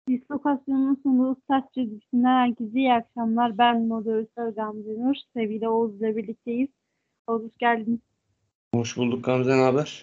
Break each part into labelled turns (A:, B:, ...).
A: Dislokasyonun sunduğu Saç çizgisinden herkese iyi akşamlar. Ben moderatör Gamze Nur. Sevgili Oğuz'la birlikteyiz. Oğuz hoş geldin.
B: Hoş bulduk Gamze, ne haber?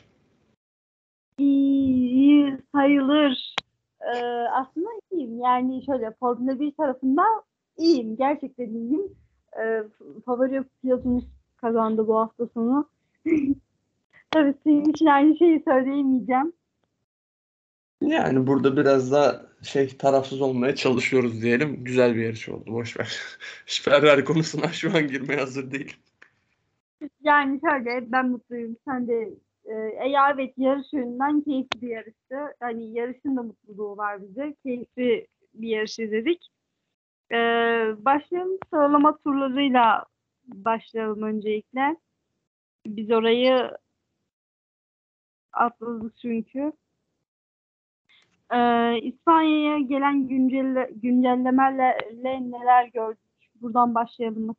A: İyi sayılır. Aslında iyiyim. Yani şöyle Formula 1 tarafında iyiyim. Gerçekten iyiyim. Favori pilotumuz kazandı bu hafta sonu. Tabii senin için aynı şeyi söyleyemeyeceğim.
B: Yani burada biraz da tarafsız olmaya çalışıyoruz diyelim. Güzel bir yarış oldu. Boş ver. Ferrari konusuna şu an girmeye hazır değil.
A: Yani şöyle ben mutluyum. Sen de evet yarış yönünden keyifli bir yarıştı. Hani yarışın da mutluluğu var bize. Keyifli bir yarış izledik. E, Başlayalım sıralama turlarıyla başlayalım öncelikle. Biz orayı atladık çünkü. İspanya'ya gelen güncellemelerle neler gördük? Buradan başlayalım.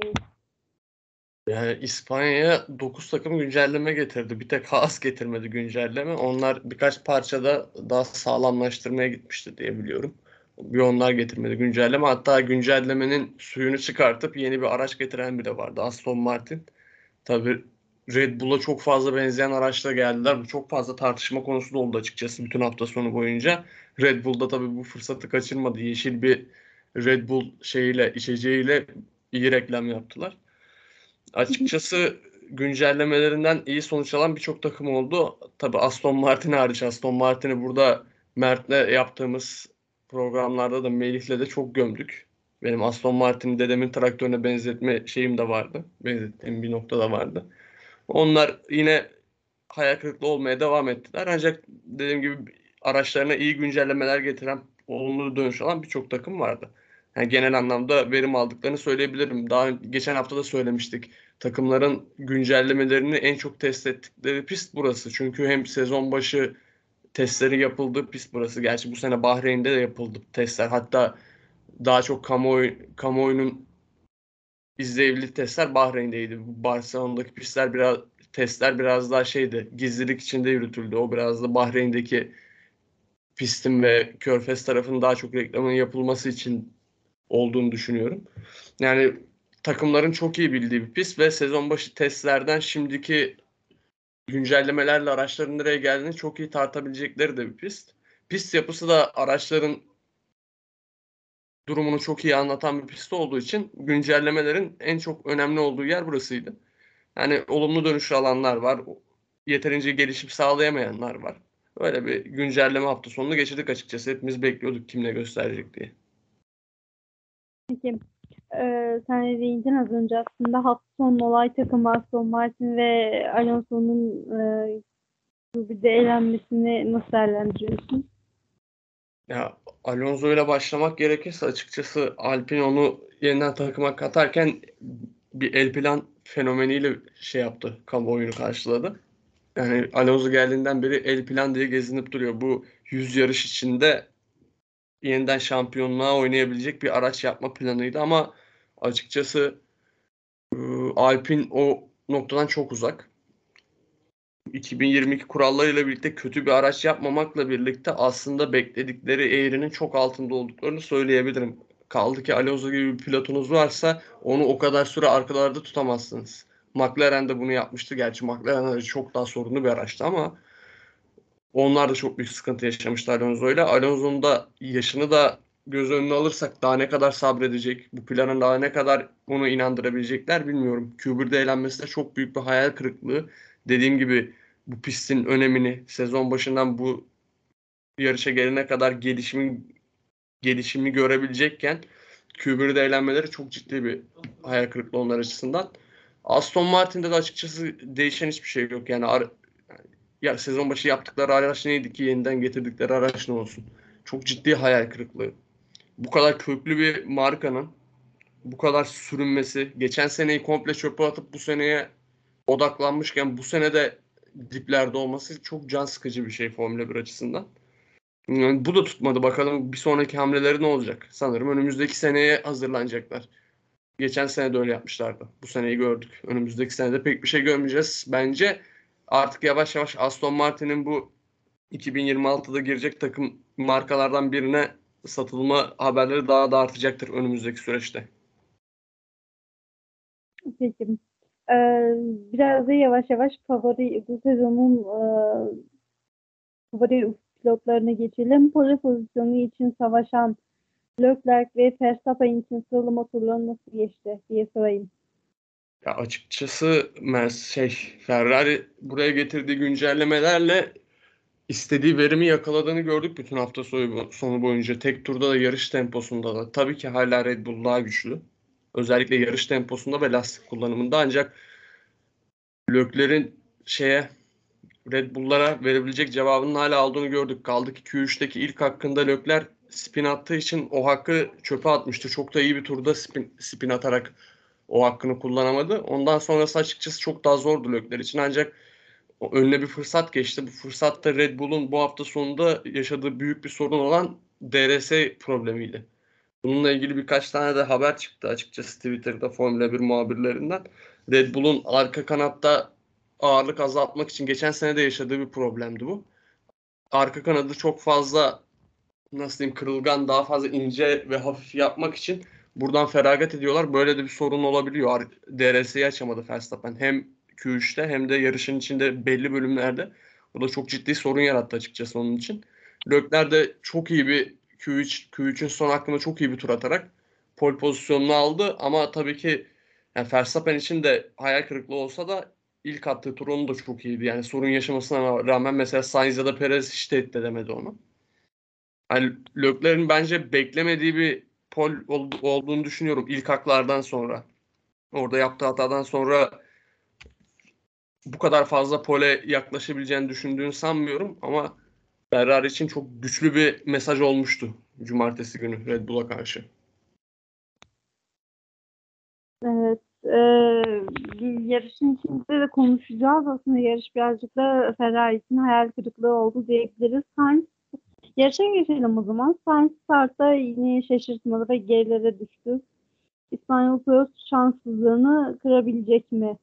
B: Yani İspanya'ya 9 takım güncelleme getirdi. Bir tek Haas getirmedi güncelleme. Onlar birkaç parçada daha sağlamlaştırmaya gitmişti diye biliyorum. Bir onlar getirmedi güncelleme. Hatta güncellemenin suyunu çıkartıp yeni bir araç getiren biri vardı. Aston Martin. Tabii Red Bull'a çok fazla benzeyen araçla geldiler. Bu çok fazla tartışma konusu da oldu açıkçası bütün hafta sonu boyunca. Red Bull'da tabii bu fırsatı kaçırmadı. Yeşil bir Red Bull içeceğiyle iyi reklam yaptılar. Açıkçası güncellemelerinden iyi sonuç alan birçok takım oldu. Tabii Aston Martin hariç. Aston Martin'i burada Mert'le yaptığımız programlarda da Melih'le de çok gömdük. Benim Aston Martin'i dedemin traktörüne benzetme şeyim de vardı. Benzettiğim bir nokta da vardı. Onlar yine hayal kırıklığı olmaya devam ettiler. Ancak dediğim gibi araçlarına iyi güncellemeler getiren, olumlu dönüş alan birçok takım vardı. Yani genel anlamda verim aldıklarını söyleyebilirim. Daha geçen hafta da söylemiştik. Takımların güncellemelerini en çok test ettikleri pist burası. Çünkü hem sezon başı testleri yapıldığı pist burası. Gerçi bu sene Bahreyn'de de yapıldı testler. Hatta daha çok kamuoyunun izleyebildiği testler Bahreyn'deydi. Barcelona'daki testler biraz daha gizlilik içinde yürütüldü. O biraz da Bahreyn'deki pistin ve Körfez tarafının daha çok reklamının yapılması için olduğunu düşünüyorum. Yani takımların çok iyi bildiği bir pist ve sezon başı testlerden şimdiki güncellemelerle araçların nereye geldiğini çok iyi tartabilecekleri de bir pist. Pist yapısı da araçların durumunu çok iyi anlatan bir pist olduğu için güncellemelerin en çok önemli olduğu yer burasıydı. Yani olumlu dönüş alanlar var. Yeterince gelişim sağlayamayanlar var. Böyle bir güncelleme hafta sonunu geçirdik açıkçası. Hepimiz bekliyorduk kim ne gösterecek diye.
A: Peki. Sen de değindin az önce aslında hafta sonu olay takımı Aston Martin ve Alonso'nun bir de eğlenmesini nasıl değerlendiriyorsun?
B: Ya Alonso ile başlamak gerekirse açıkçası Alpine onu yeniden takıma katarken bir el plan fenomeniyle yaptı. Kamuoyunu karşıladı. Yani Alonso geldiğinden beri el plan diye gezinip duruyor. Bu 100 yarış içinde yeniden şampiyonluğa oynayabilecek bir araç yapma planıydı ama açıkçası Alpine o noktadan çok uzak. 2022 kurallarıyla birlikte kötü bir araç yapmamakla birlikte aslında bekledikleri eğrinin çok altında olduklarını söyleyebilirim. Kaldı ki Alonso gibi bir pilotunuz varsa onu o kadar süre arkalarda tutamazsınız. McLaren de bunu yapmıştı. Gerçi McLaren aracı çok daha sorunlu bir araçtı ama onlar da çok büyük sıkıntı yaşamıştı Alonso'yla. Alonso'nun da yaşını da göz önüne alırsak daha ne kadar sabredecek, bu planın daha ne kadar onu inandırabilecekler bilmiyorum. Q1'de eğlenmesi de çok büyük bir hayal kırıklığı. Dediğim gibi bu pistin önemini sezon başından bu yarışa gelene kadar gelişimi görebilecekken Q1'de eğlenmeleri çok ciddi bir hayal kırıklığı onlar açısından. Aston Martin'de de açıkçası değişen hiçbir şey yok. Yani ya sezon başı yaptıkları araç neydi ki yeniden getirdikleri araç ne olsun? Çok ciddi hayal kırıklığı. Bu kadar köklü bir markanın bu kadar sürünmesi, geçen seneyi komple çöpe atıp bu seneye odaklanmışken bu sene de diplerde olması çok can sıkıcı bir şey Formula 1 açısından. Yani bu da tutmadı. Bakalım bir sonraki hamleleri ne olacak? Sanırım önümüzdeki seneye hazırlanacaklar. Geçen sene de öyle yapmışlardı. Bu seneyi gördük. Önümüzdeki senede pek bir şey görmeyeceğiz. Bence artık yavaş yavaş Aston Martin'in bu 2026'da girecek takım markalardan birine satılma haberleri daha da artacaktır önümüzdeki süreçte.
A: Peki. Biraz da yavaş yavaş bu sezonun favori pilotlarına geçelim. Pole pozisyonu için savaşan Leclerc ve Verstappen için sıralama turları nasıl geçti diye sorayım.
B: Ya açıkçası Ferrari buraya getirdiği güncellemelerle istediği verimi yakaladığını gördük bütün hafta sonu boyunca. Tek turda da yarış temposunda da. Tabii ki hala Red Bull daha güçlü. Özellikle yarış temposunda ve lastik kullanımında, ancak Leclerc'in Red Bull'lara verebilecek cevabının hala aldığını gördük. Kaldı ki Q3'teki ilk hakkında Leclerc spin attığı için o hakkı çöpe atmıştı. Çok da iyi bir turda spin atarak o hakkını kullanamadı. Ondan sonrası açıkçası çok daha zordu Leclerc için, ancak önüne bir fırsat geçti. Bu fırsat da Red Bull'un bu hafta sonunda yaşadığı büyük bir sorun olan DRS problemiydi. Bununla ilgili birkaç tane de haber çıktı açıkçası Twitter'da Formula 1 muhabirlerinden. Red Bull'un arka kanatta ağırlık azaltmak için geçen sene de yaşadığı bir problemdi bu. Arka kanadı çok fazla, nasıl diyeyim, kırılgan, daha fazla ince ve hafif yapmak için buradan feragat ediyorlar. Böyle de bir sorun olabiliyor. DRS'yi açamadı Verstappen. Hem Q3'te hem de yarışın içinde belli bölümlerde. Bu da çok ciddi sorun yarattı açıkçası onun için. Leclerc de çok iyi bir Q3'ün son hakkında çok iyi bir tur atarak pole pozisyonunu aldı. Ama tabii ki yani Verstappen için de hayal kırıklığı olsa da ilk attığı tur onun da çok iyiydi. Yani sorun yaşamasına rağmen mesela Sainz ya da Perez hiç tehdit edemedi onu. Hani Leclerc'in bence beklemediği bir olduğunu düşünüyorum ilk haklardan sonra. Orada yaptığı hatadan sonra bu kadar fazla pole yaklaşabileceğini düşündüğünü sanmıyorum, ama Ferrari için çok güçlü bir mesaj olmuştu cumartesi günü Red Bull'a karşı.
A: Evet. Bir yarışın içinde de konuşacağız. Aslında yarış birazcık da Ferrari için hayal kırıklığı oldu diyebiliriz. Sainz, yarışa geçelim o zaman. Sainz startta yine şaşırtmadı ve gerilere düştü. İspanyol pilot şanssızlığını kırabilecek mi?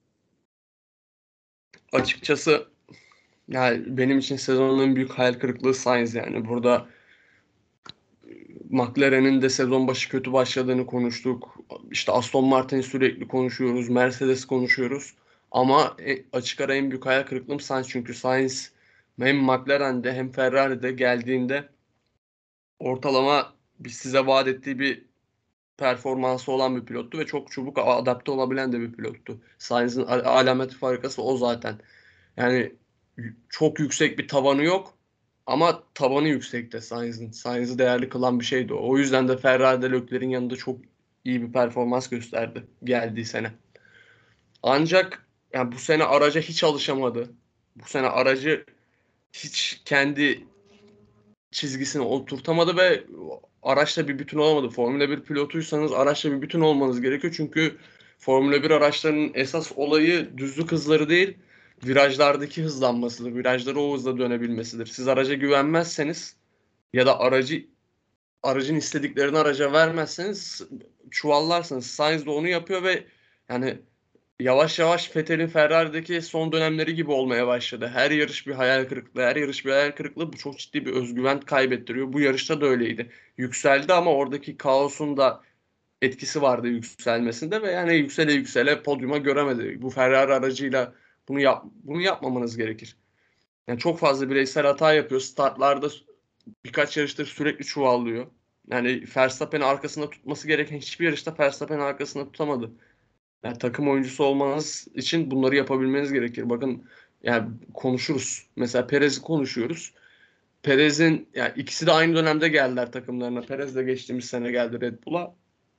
B: Açıkçası yani benim için sezonun en büyük hayal kırıklığı Sainz yani. Burada McLaren'in de sezon başı kötü başladığını konuştuk. İşte Aston Martin'i sürekli konuşuyoruz. Mercedes konuşuyoruz. Ama açık ara en büyük hayal kırıklığım Sainz. Çünkü Sainz hem McLaren'de hem Ferrari'de geldiğinde ortalama size vaat ettiği bir performansı olan bir pilottu ve çok çabuk adapte olabilen de bir pilottu. Sainz'in alameti farikası o zaten. Yani çok yüksek bir tavanı yok ama tabanı yüksekte Sainz'in. Sainz'i değerli kılan bir şeydi o. O yüzden de Ferrari'de Leclerc'in yanında çok iyi bir performans gösterdi geldiği sene. Ancak yani bu sene araca hiç alışamadı. Bu sene aracı hiç kendi çizgisine oturtamadı ve araçla bir bütün olamadı. Formula 1 pilotuysanız araçla bir bütün olmanız gerekiyor. Çünkü Formula 1 araçlarının esas olayı düzlük hızları değil, virajlardaki hızlanmasıdır. Virajları o hızla dönebilmesidir. Siz araca güvenmezseniz ya da aracın istediklerini araca vermezseniz çuvallarsınız. Sainz de onu yapıyor ve yani yavaş yavaş Vettel'in Ferrari'deki son dönemleri gibi olmaya başladı. Her yarış bir hayal kırıklığı, her yarış bir hayal kırıklığı. Bu çok ciddi bir özgüven kaybettiriyor. Bu yarışta da öyleydi. Yükseldi ama oradaki kaosun da etkisi vardı yükselmesinde ve yani yüksele yüksele podyuma göremedi. Bu Ferrari aracıyla bunu yapmamanız gerekir. Yani çok fazla bireysel hata yapıyor. Startlarda birkaç yarıştır sürekli çuvallıyor. Yani Verstappen'i arkasında tutması gereken hiçbir yarışta Verstappen'i arkasında tutamadı. Yani takım oyuncusu olmanız için bunları yapabilmeniz gerekir. Bakın yani konuşuruz. Mesela Perez'i konuşuyoruz. Perez'in yani ikisi de aynı dönemde geldiler takımlarına. Perez de geçtiğimiz sene geldi Red Bull'a.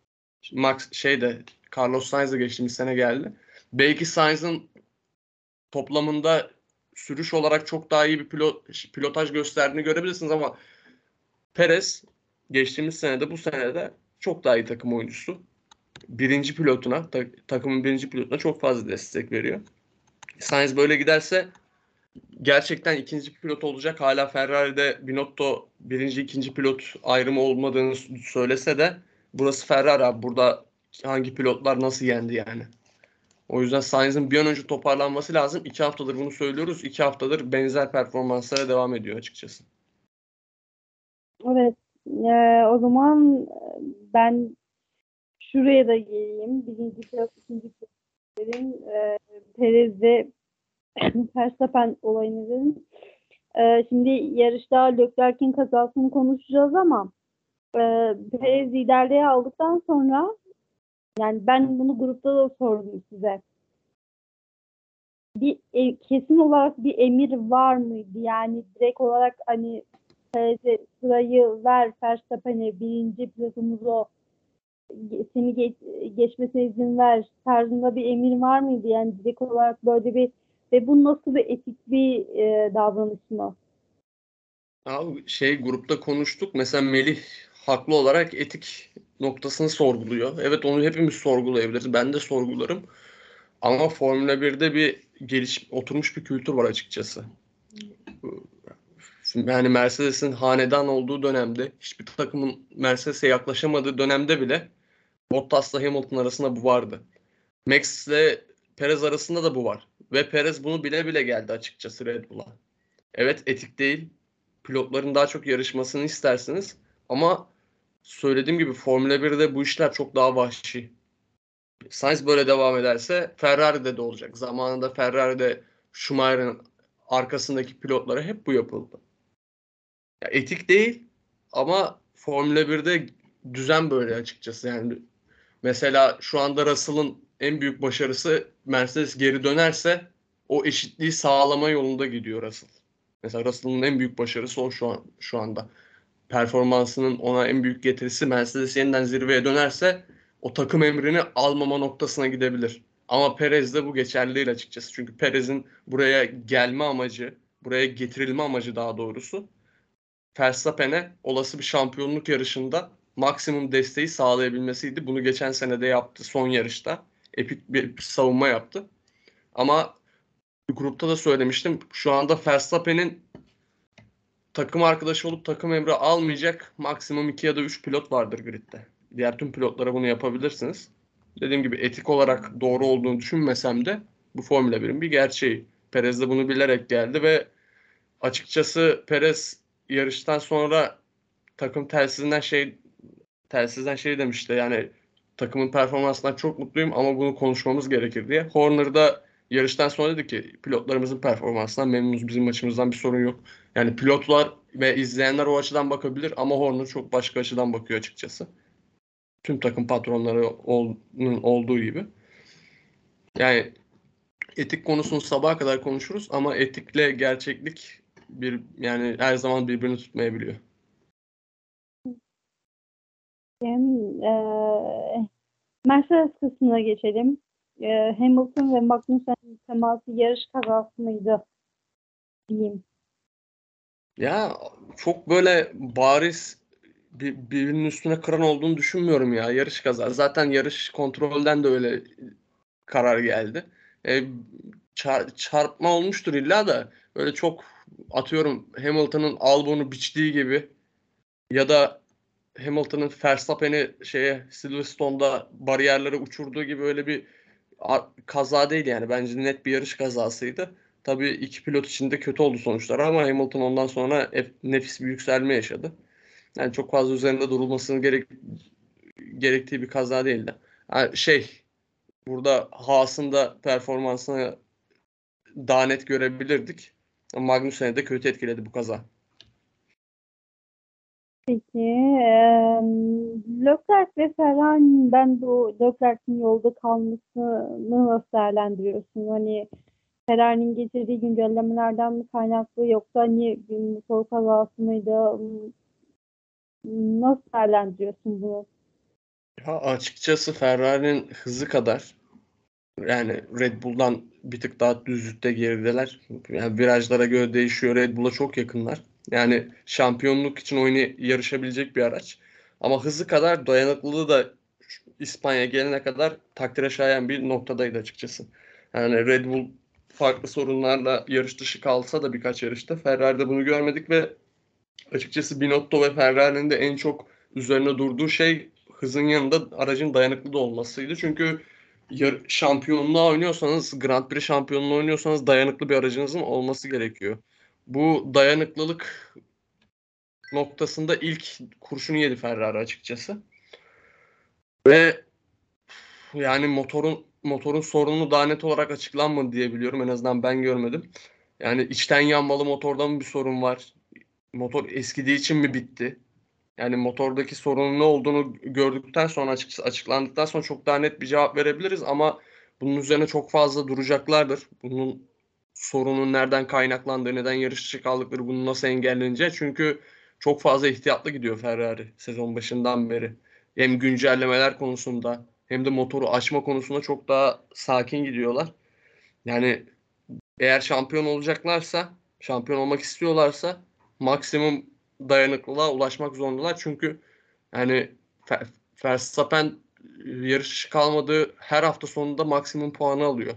B: Carlos Sainz de geçtiğimiz sene geldi. Belki Sainz'ın toplamında sürüş olarak çok daha iyi bir pilotaj gösterdiğini görebilirsiniz, ama Perez geçtiğimiz senede bu senede çok daha iyi takım oyuncusu. Takımın birinci pilotuna çok fazla destek veriyor. Sainz böyle giderse gerçekten ikinci pilot olacak. Hala Ferrari'de Binotto birinci, ikinci pilot ayrımı olmadığını söylese de burası Ferrari abi. Burada hangi pilotlar nasıl yendi yani. O yüzden Sainz'in bir an önce toparlanması lazım. 2 haftadır bunu söylüyoruz. 2 haftadır benzer performanslara devam ediyor açıkçası.
A: Evet. O zaman ben şuraya da geleyim. Birinci pilot, ikinci pilotların Perez ve Verstappen olayını dedim. Şimdi yarışta Leclerc'in kazasını konuşacağız ama e, Perez liderliği aldıktan sonra, yani ben bunu grupta da sordum size. Kesin olarak bir emir var mıydı? Yani direkt olarak hani Perez'e sırayı ver, Verstappen'e birinci pilotumuz o, seni geçmesine izin ver tarzında bir emir var mıydı? Yani direkt olarak böyle bir, ve bu nasıl bir etik bir davranış mı?
B: Abi grupta konuştuk. Mesela Melih haklı olarak etik noktasını sorguluyor. Evet, onu hepimiz sorgulayabiliriz. Ben de sorgularım. Ama Formula 1'de bir oturmuş bir kültür var açıkçası. Yani Mercedes'in hanedan olduğu dönemde, hiçbir takımın Mercedes'e yaklaşamadığı dönemde bile Bottas'la Hamilton arasında bu vardı. Max'le Perez arasında da bu var. Ve Perez bunu bile bile geldi açıkçası Red Bull'a. Evet, etik değil. Pilotların daha çok yarışmasını istersiniz. Ama söylediğim gibi Formula 1'de bu işler çok daha vahşi. Sainz böyle devam ederse Ferrari'de de olacak. Zamanında Ferrari'de Schumacher'ın arkasındaki pilotlara hep bu yapıldı. Ya, etik değil ama Formula 1'de düzen böyle açıkçası. Yani mesela şu anda Russell'ın en büyük başarısı, Mercedes geri dönerse o eşitliği sağlama yolunda gidiyor Russell. Mesela Russell'ın en büyük başarısı o şu anda. Performansının ona en büyük getirisi, Mercedes yeniden zirveye dönerse o takım emrini almama noktasına gidebilir. Ama Perez'de bu geçerli değil açıkçası. Çünkü Perez'in buraya gelme amacı, buraya getirilme amacı daha doğrusu, Verstappen'e olası bir şampiyonluk yarışında maksimum desteği sağlayabilmesiydi. Bunu geçen sene de yaptı son yarışta. Epik bir savunma yaptı. Ama grupta da söylemiştim. Şu anda Verstappen'in takım arkadaşı olup takım emri almayacak maksimum 2 ya da 3 pilot vardır gridde. Diğer tüm pilotlara bunu yapabilirsiniz. Dediğim gibi etik olarak doğru olduğunu düşünmesem de bu Formula 1'in bir gerçeği. Perez de bunu bilerek geldi ve açıkçası Perez yarıştan sonra takım telsizden şey demişti, yani takımın performansından çok mutluyum ama bunu konuşmamız gerekir diye. Horner da yarıştan sonra dedi ki pilotlarımızın performansından memnunuz, bizim açımızdan bir sorun yok. Yani pilotlar ve izleyenler o açıdan bakabilir ama Horner çok başka açıdan bakıyor açıkçası. Tüm takım patronlarının olduğu gibi. Yani etik konusunu sabaha kadar konuşuruz ama etikle gerçeklik yani her zaman birbirini tutmayabiliyor.
A: Mercedes kısmına geçelim. Hamilton ve Magnussen'in teması yarış kazası mıydı diyeyim.
B: Ya, çok böyle bariz birbirinin üstüne kıran olduğunu düşünmüyorum ya. Yarış kazası. Zaten yarış kontrolden de öyle karar geldi. E, çarpma olmuştur illa da, öyle çok, atıyorum Hamilton'ın Albon'u biçtiği gibi ya da Hamilton'ın Verstappen'i Silverstone'da bariyerlere uçurduğu gibi öyle bir kaza değil yani. Bence net bir yarış kazasıydı. Tabii iki pilot için de kötü oldu sonuçlar ama Hamilton ondan sonra nefis bir yükselme yaşadı. Yani çok fazla üzerinde durulmasının gerektiği bir kaza değildi. Yani burada Haas'ın da performansını daha net görebilirdik. Ama Magnussen'i de kötü etkiledi bu kaza.
A: Peki, Leclerc ve Ferrari'nin, ben bu Leclerc'in yolda kalmasını nasıl değerlendiriyorsun? Hani Ferrari'nin getirdiği güncellemelerden mi kaynaklı, yoksa hani bir motor kazası mıydı? Nasıl değerlendiriyorsun bunu?
B: Ya, açıkçası Ferrari'nin hızı kadar, yani Red Bull'dan bir tık daha düzlükte gerideler. Yani virajlara göre değişiyor. Red Bull'a çok yakınlar. Yani şampiyonluk için yarışabilecek bir araç. Ama hızı kadar dayanıklılığı da İspanya gelene kadar takdire şayan bir noktadaydı açıkçası. Yani Red Bull farklı sorunlarla yarış dışı kalsa da birkaç yarışta, Ferrari'de bunu görmedik ve açıkçası Binotto ve Ferrari'nin de en çok üzerine durduğu şey hızın yanında aracın dayanıklı da olmasıydı. Çünkü şampiyonluğa oynuyorsanız, Grand Prix şampiyonluğu oynuyorsanız dayanıklı bir aracınızın olması gerekiyor. Bu dayanıklılık noktasında ilk kurşunu yedi Ferrari açıkçası. Ve yani motorun sorunu daha net olarak açıklanmadı diye biliyorum. En azından ben görmedim. Yani içten yanmalı motorda mı bir sorun var? Motor eskidiği için mi bitti? Yani motordaki sorunun ne olduğunu gördükten sonra, açıkçası açıklandıktan sonra çok daha net bir cevap verebiliriz ama bunun üzerine çok fazla duracaklardır. Bunun sorunun nereden kaynaklandığı, neden yarış dışı kaldıkları, bunu nasıl engelleneceği. Çünkü çok fazla ihtiyatlı gidiyor Ferrari sezon başından beri. Hem güncellemeler konusunda hem de motoru açma konusunda çok daha sakin gidiyorlar. Yani eğer şampiyon olacaklarsa, şampiyon olmak istiyorlarsa maksimum dayanıklılığa ulaşmak zorundalar. Çünkü yani Verstappen yarış dışı kalmadığı her hafta sonunda maksimum puanı alıyor.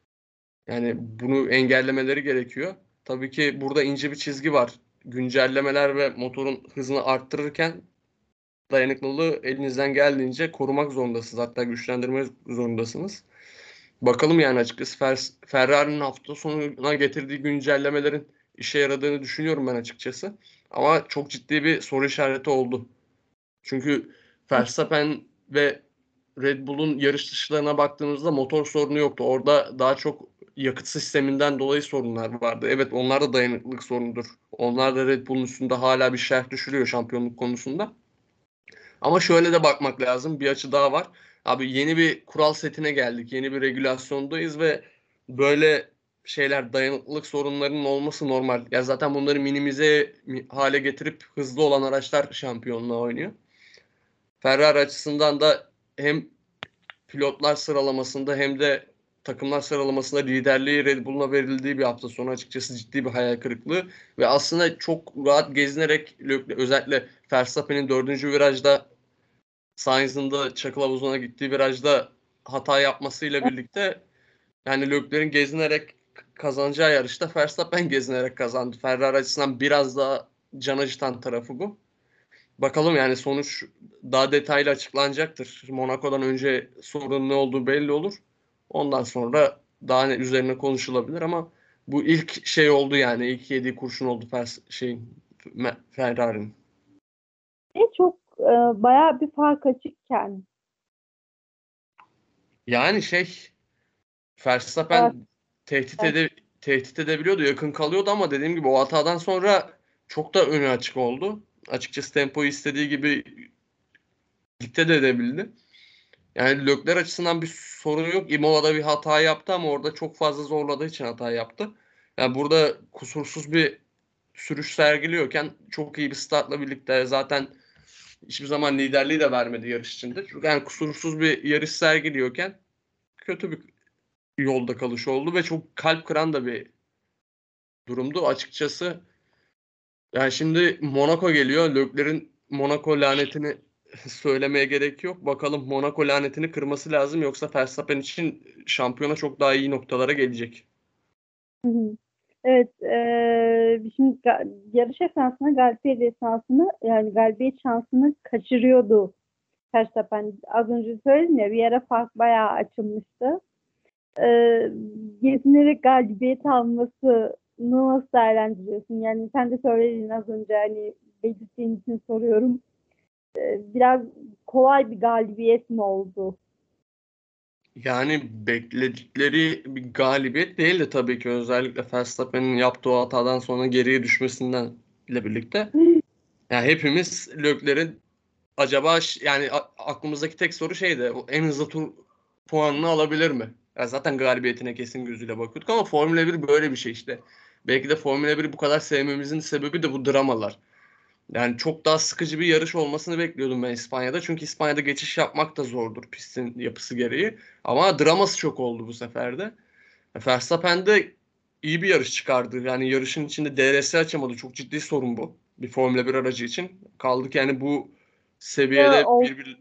B: Yani bunu engellemeleri gerekiyor. Tabii ki burada ince bir çizgi var. Güncellemeler ve motorun hızını arttırırken dayanıklılığı elinizden geldiğince korumak zorundasınız. Hatta güçlendirmek zorundasınız. Bakalım yani açıkçası Ferrari'nin hafta sonuna getirdiği güncellemelerin işe yaradığını düşünüyorum ben açıkçası. Ama çok ciddi bir soru işareti oldu. Çünkü Verstappen ve Red Bull'un yarış dışlarına baktığımızda motor sorunu yoktu. Orada daha çok yakıt sisteminden dolayı sorunlar vardı. Evet, onlar da dayanıklılık sorunudur. Onlar da Red Bull'un üstünde hala bir şerh düşürüyor şampiyonluk konusunda. Ama şöyle de bakmak lazım. Bir açı daha var. Abi yeni bir kural setine geldik. Yeni bir regülasyondayız ve böyle şeyler, dayanıklılık sorunlarının olması normal. Ya zaten bunları minimize hale getirip hızlı olan araçlar şampiyonluğa oynuyor. Ferrari açısından da hem pilotlar sıralamasında hem de takımlar sıralamasında liderliği Red Bull'una verildiği bir hafta sonu açıkçası ciddi bir hayal kırıklığı ve aslında çok rahat gezinerek özellikle Verstappen'in dördüncü virajda Sainz'ın da çakıl havuzuna gittiği virajda hata yapmasıyla birlikte yani Leclerc'in gezinerek kazanacağı yarışta Verstappen gezinerek kazandı. Ferrari açısından biraz daha can acıtan tarafı bu. Bakalım yani sonuç daha detaylı açıklanacaktır. Monaco'dan önce sorunun ne olduğu belli olur. Ondan sonra daha ne üzerine konuşulabilir ama bu ilk şey oldu yani ilk yediği kurşun oldu Ferrari'nin.
A: Çok bayağı bir fark açıkken.
B: Yani
A: Evet,
B: Verstappen
A: evet.
B: tehdit edebiliyordu, yakın kalıyordu ama dediğim gibi o hatadan sonra çok da önü açık oldu. Açıkçası tempoyu istediği gibi dikte de edebildi. Yani Leclerc açısından bir sorun yok. Imola'da bir hata yaptı ama orada çok fazla zorladığı için hata yaptı. Yani burada kusursuz bir sürüş sergiliyorken çok iyi bir startla birlikte zaten hiçbir zaman liderliği de vermedi yarış içinde. Çünkü yani kusursuz bir yarış sergiliyorken kötü bir yolda kalış oldu ve çok kalp kıran da bir durumdu açıkçası. Yani şimdi Monaco geliyor. Leclerc'in Monaco lanetini söylemeye gerek yok. Bakalım Monaco lanetini kırması lazım yoksa Verstappen için şampiyona çok daha iyi noktalara gelecek.
A: Hı hı. Evet, şimdi yarış esnasında galibiyet esnasında yani galibiyet şansını kaçırıyordu Verstappen. Az önce söyledim ya bir yere fark bayağı açılmıştı. Eee Gezinerek galibiyet almasını nasıl değerlendiriyorsun? Yani sen de söyledin az önce hani belirttiğin için soruyorum. Biraz kolay bir galibiyet mi oldu?
B: Yani bekledikleri bir galibiyet değildi tabii ki. Özellikle Verstappen'in yaptığı o hatadan sonra geriye düşmesinden ile birlikte. Yani hepimiz Leclerc'in acaba yani aklımızdaki tek soru şeydi. O en hızlı tur puanını alabilir mi? Ya zaten galibiyetine kesin gözüyle bakıyorduk ama Formula 1 böyle bir şey işte. Belki de Formula 1'i bu kadar sevmemizin sebebi de bu dramalar. Yani çok daha sıkıcı bir yarış olmasını bekliyordum ben İspanya'da. Çünkü İspanya'da geçiş yapmak da zordur pistin yapısı gereği. Ama draması çok oldu bu sefer de. Verstappen de iyi bir yarış çıkardı. Yani yarışın içinde DRS açamadı. Çok ciddi sorun bu. Bir Formula 1 aracı için. Kaldık yani bu seviyede
A: O
B: bir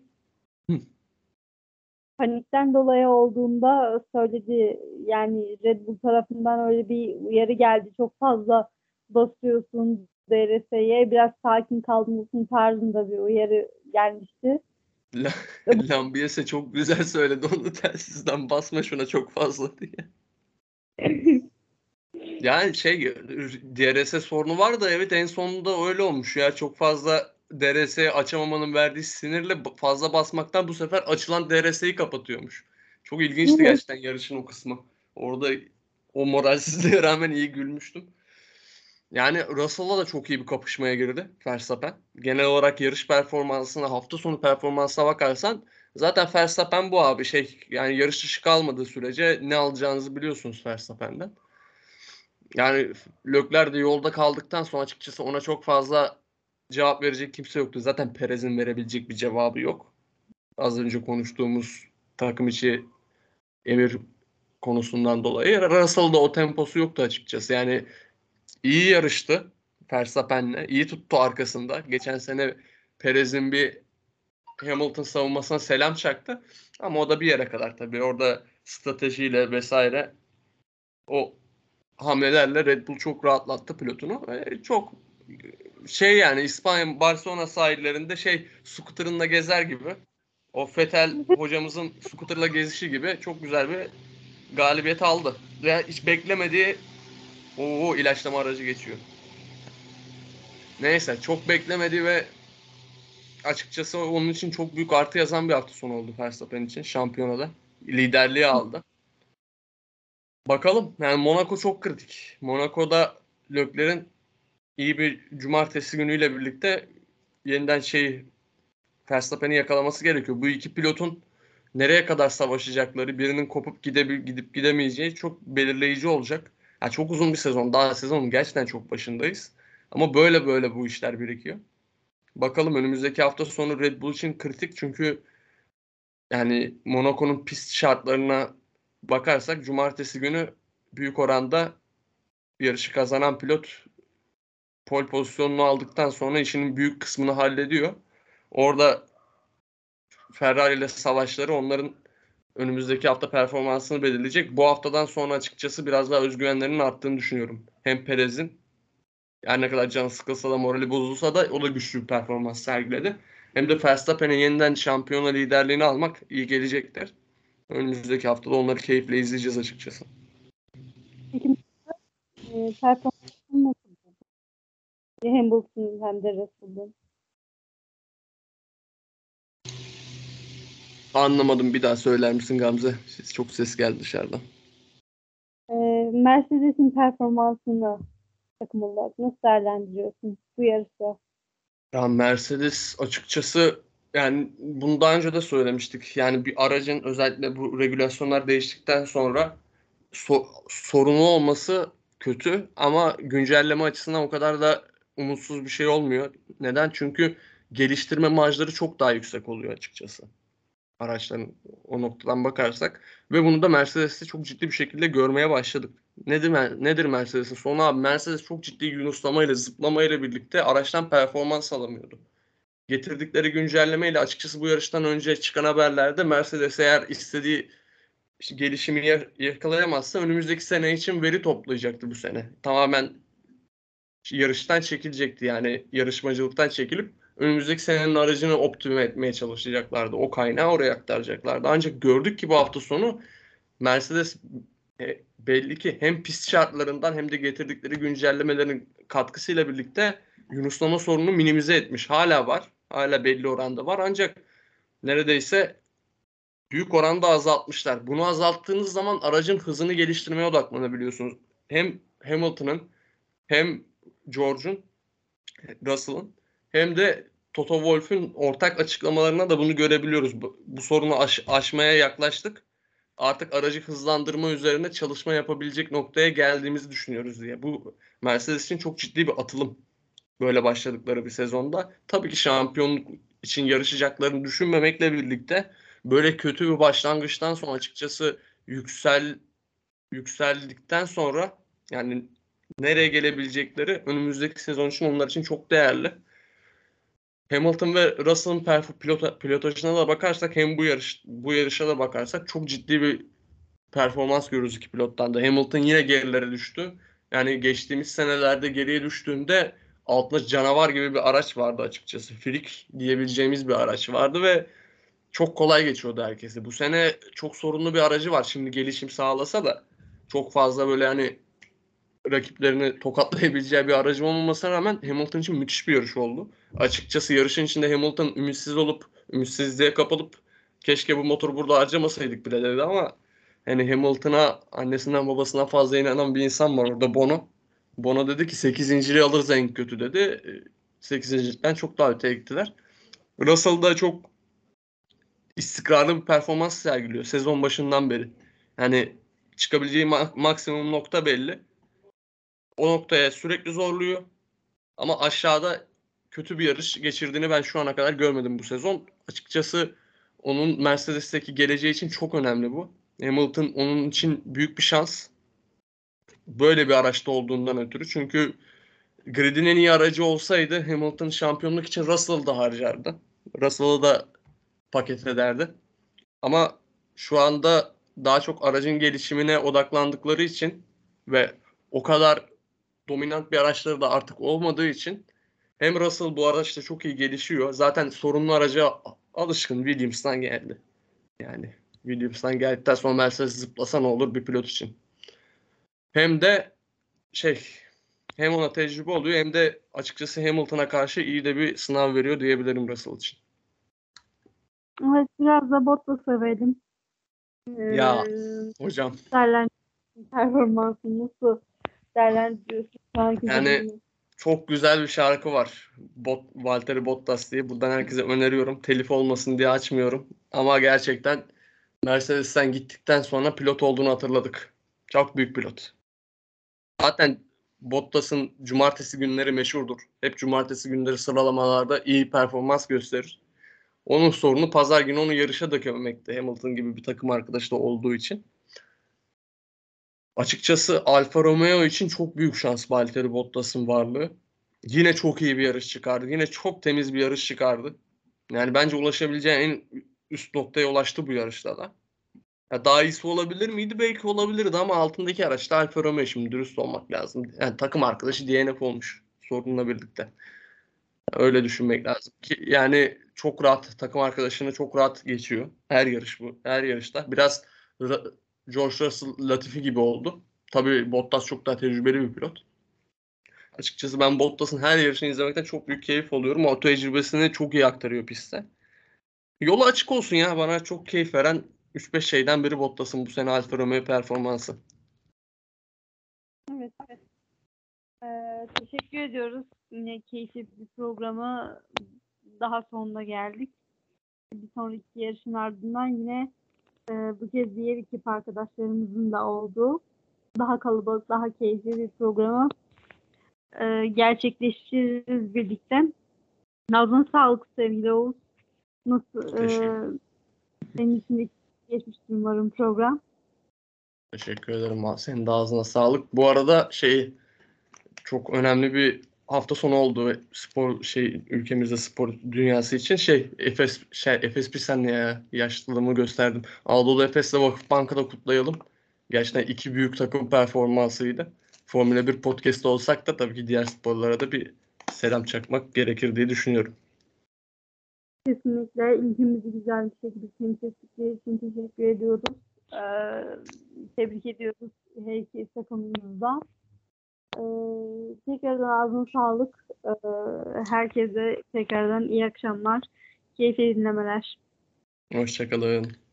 A: panikten dolayı olduğunda söyledi yani Red Bull tarafından öyle bir uyarı geldi. Çok fazla basıyorsun DRS'ye biraz sakin kalmalısın tarzında bir uyarı gelmişti.
B: Lambiese çok güzel söyledi onu telsizden basma şuna çok fazla diye. Yani DRS sorunu var da evet en sonunda öyle olmuş ya. Çok fazla DRS'ye açamamanın verdiği sinirle fazla basmaktan bu sefer açılan DRS'yi kapatıyormuş. Çok ilginçti gerçekten yarışın o kısmı. Orada o moralsizliğe rağmen iyi gülmüştüm. Yani Russell'la da çok iyi bir kapışmaya girdi Verstappen. Genel olarak yarış performansına, hafta sonu performansına bakarsan zaten Verstappen bu abi yani yarış dışı kalmadığı sürece ne alacağınızı biliyorsunuz Verstappen'den. Yani Leclerc de yolda kaldıktan sonra açıkçası ona çok fazla cevap verecek kimse yoktu. Zaten Perez'in verebilecek bir cevabı yok. Az önce konuştuğumuz takım içi emir konusundan dolayı. Russell'da o temposu yoktu açıkçası. Yani iyi yarıştı Verstappen'le. İyi tuttu arkasında. Geçen sene Perez'in bir Hamilton savunmasına selam çaktı. Ama o da bir yere kadar tabii. Orada stratejiyle vesaire o hamlelerle Red Bull çok rahatlattı pilotunu. Çok yani İspanya Barcelona sahillerinde scooter'ınla gezer gibi. O Vettel hocamızın scooter'la gezişi gibi çok güzel bir galibiyet aldı. Ve hiç beklemediği o ilaçlama aracı geçiyor. Neyse çok beklemedi ve açıkçası onun için çok büyük artı yazan bir hafta sonu oldu Verstappen için şampiyonada. Liderliği aldı. Bakalım yani Monaco çok kritik. Monaco'da Leclerc'in iyi bir cumartesi günüyle birlikte yeniden Verstappen'i yakalaması gerekiyor. Bu iki pilotun nereye kadar savaşacakları, birinin kopup gidip gidemeyeceği çok belirleyici olacak. Yani çok uzun bir sezon. Daha sezonun gerçekten çok başındayız. Ama böyle böyle bu işler birikiyor. Bakalım önümüzdeki hafta sonu Red Bull için kritik çünkü yani Monaco'nun pist şartlarına bakarsak cumartesi günü büyük oranda yarışı kazanan pilot pole pozisyonunu aldıktan sonra işinin büyük kısmını hallediyor. Orada Ferrari ile savaşları onların önümüzdeki hafta performansını belirleyecek. Bu haftadan sonra açıkçası biraz daha özgüvenlerinin arttığını düşünüyorum. Hem Perez'in her ne kadar canı sıkılsa da morali bozulsa da o da güçlü bir performans sergiledi. Hem de Verstappen'in yeniden şampiyona liderliğini almak iyi gelecektir. Önümüzdeki haftada onları keyifle izleyeceğiz açıkçası.
A: Peki performansın nasıl? Hem Hamilton'ın hem de Russell'ın.
B: Anlamadım, bir daha söyler misin Gamze? Çok ses geldi dışarıdan.
A: Mercedes'in performansını takım olarak nasıl değerlendiriyorsun bu yarışta?
B: Ya Mercedes açıkçası yani bunu daha önce de söylemiştik. Yani bir aracın özellikle bu regülasyonlar değiştikten sonra sorunu olması kötü ama güncelleme açısından o kadar da umutsuz bir şey olmuyor. Neden? Çünkü geliştirme marjları çok daha yüksek oluyor açıkçası. Araçların o noktadan bakarsak ve bunu da Mercedes'te çok ciddi bir şekilde görmeye başladık. Nedir Mercedes'in sonu abi? Mercedes çok ciddi yunuslamayla, zıplamayla birlikte araçtan performans alamıyordu. Getirdikleri güncellemeyle açıkçası bu yarıştan önce çıkan haberlerde Mercedes eğer istediği gelişimi yakalayamazsa önümüzdeki sene için veri toplayacaktı bu sene. Tamamen yarıştan çekilecekti yani yarışmacılıktan çekilip önümüzdeki senenin aracını optime etmeye çalışacaklardı. O kaynağı oraya aktaracaklardı. Ancak gördük ki bu hafta sonu Mercedes belli ki hem pist şartlarından hem de getirdikleri güncellemelerin katkısıyla birlikte yunuslama sorununu minimize etmiş. Hala var. Hala belli oranda var. Ancak neredeyse büyük oranda azaltmışlar. Bunu azalttığınız zaman aracın hızını geliştirmeye odaklanabiliyorsunuz. Hem Hamilton'ın hem George'un, Russell'ın hem de Toto Wolff'ün ortak açıklamalarına da bunu görebiliyoruz. Bu sorunu aşmaya yaklaştık. Artık aracı hızlandırma üzerine çalışma yapabilecek noktaya geldiğimizi düşünüyoruz diye. Bu Mercedes için çok ciddi bir atılım. Böyle başladıkları bir sezonda. Tabii ki şampiyonluk için yarışacaklarını düşünmemekle birlikte böyle kötü bir başlangıçtan sonra açıkçası yükseldikten sonra yani nereye gelebilecekleri önümüzdeki sezon için onlar için çok değerli. Hamilton ve Russell'ın pilotajına da bakarsak hem bu yarışa da bakarsak çok ciddi bir performans görürüz iki pilottan da. Hamilton yine gerilere düştü. Yani geçtiğimiz senelerde geriye düştüğünde altında canavar gibi bir araç vardı açıkçası. Freak diyebileceğimiz bir araç vardı ve çok kolay geçiyordu herkesi. Bu sene çok sorunlu bir aracı var. Şimdi gelişim sağlasa da çok fazla böyle hani rakiplerini tokatlayabileceği bir aracı olmamasına rağmen Hamilton için müthiş bir yarış oldu. Açıkçası yarışın içinde Hamilton ümitsizliğe kapılıp keşke bu motoru burada harcamasaydık bile dedi ama hani Hamilton'a annesinden babasından fazla inanan bir insan var orada, Bono. Bono dedi ki 8.'liği alırız en kötü dedi. 8.'likten çok daha öteye gittiler. Russell da çok istikrarlı bir performans sergiliyor sezon başından beri. Yani çıkabileceği maksimum nokta belli. O noktaya sürekli zorluyor. Ama aşağıda kötü bir yarış geçirdiğini ben şu ana kadar görmedim bu sezon. Açıkçası onun Mercedes'teki geleceği için çok önemli bu. Hamilton onun için büyük bir şans. Böyle bir araçta olduğundan ötürü. Çünkü gridin en iyi aracı olsaydı Hamilton şampiyonluk için Russell'ı da harcardı. Russell'ı da paket ederdi. Ama şu anda daha çok aracın gelişimine odaklandıkları için ve o kadar dominant bir araçları da artık olmadığı için hem Russell bu araçta çok iyi gelişiyor. Zaten sorunlu araca alışkın, Williams'tan geldi. Yani Williams'tan geldikten sonra Mercedes zıplasa ne olur bir pilot için. Hem de şey, hem ona tecrübe oluyor hem de açıkçası Hamilton'a karşı iyi de bir sınav veriyor diyebilirim Russell için.
A: Evet, biraz da Bottas'a verelim.
B: Ya
A: Ee,
B: hocam,
A: performansını nasıl değerlendiriyorsun şu anki
B: yani
A: durumunu?
B: çok güzel bir şarkı var. Valtteri Bottas diye. Buradan herkese öneriyorum. Telif olmasın diye açmıyorum. Ama gerçekten Mercedes'ten gittikten sonra pilot olduğunu hatırladık. Çok büyük pilot. Zaten Bottas'ın cumartesi günleri meşhurdur. Hep cumartesi günleri sıralamalarda iyi performans gösterir. Onun sorunu pazar günü onu yarışa dökememekte. Hamilton gibi bir takım arkadaşı da olduğu için. Açıkçası Alfa Romeo için çok büyük şans Valtteri Bottas'ın varlığı. Yine çok iyi bir yarış çıkardı. Yine çok temiz bir yarış çıkardı. Yani bence ulaşabileceği en üst noktaya ulaştı bu yarışta da. Ya daha iyisi olabilir miydi? Belki olabilirdi ama altındaki araçta Alfa Romeo, şimdi dürüst olmak lazım. Yani takım arkadaşı DNF olmuş sorunla birlikte. Öyle düşünmek lazım ki yani çok rahat takım arkadaşını çok rahat geçiyor. Her yarış bu. Her yarışta. Biraz George Russell Latifi gibi oldu. Tabii Bottas çok daha tecrübeli bir pilot. Açıkçası ben Bottas'ın her yarışını izlemekten çok büyük keyif alıyorum. O tecrübesini çok iyi aktarıyor pistte. Yolu açık olsun ya. Bana çok keyif veren 3-5 şeyden biri Bottas'ın bu sene Alfa Romeo performansı.
A: Evet. Teşekkür ediyoruz. Yine keyifli bir programa daha sonuna geldik. Bir sonraki yarışın ardından yine bu kez diğer ekip arkadaşlarımızın da olduğu daha kalabalık, daha keyifli bir programı gerçekleştiririz birlikte. Nazın sağlık sevgili Oğuz. Nasıl
B: Teşekkür,
A: senin için de geçmiştir umarım program.
B: teşekkür ederim. Senin de ağzına sağlık. Bu arada çok önemli bir hafta sonu oldu spor ülkemizde spor dünyası için Efes bir sen ya yaşlılığımı gösterdim. Anadolu Efes'le Vakıfbank'ı kutlayalım. Gerçekten iki büyük takım performansıydı. Formula 1 podcast'ta olsak da tabii ki diğer sporlara da bir selam çakmak gerekir diye düşünüyorum.
A: Kesinlikle ilgimizi güzel bir şekilde temsil için teşekkür ediyoruz. Tebrik ediyoruz her iki takımımızda. Tekrardan ağzına sağlık. Herkese tekrardan iyi akşamlar. Keyifli dinlemeler.
B: Hoşçakalın.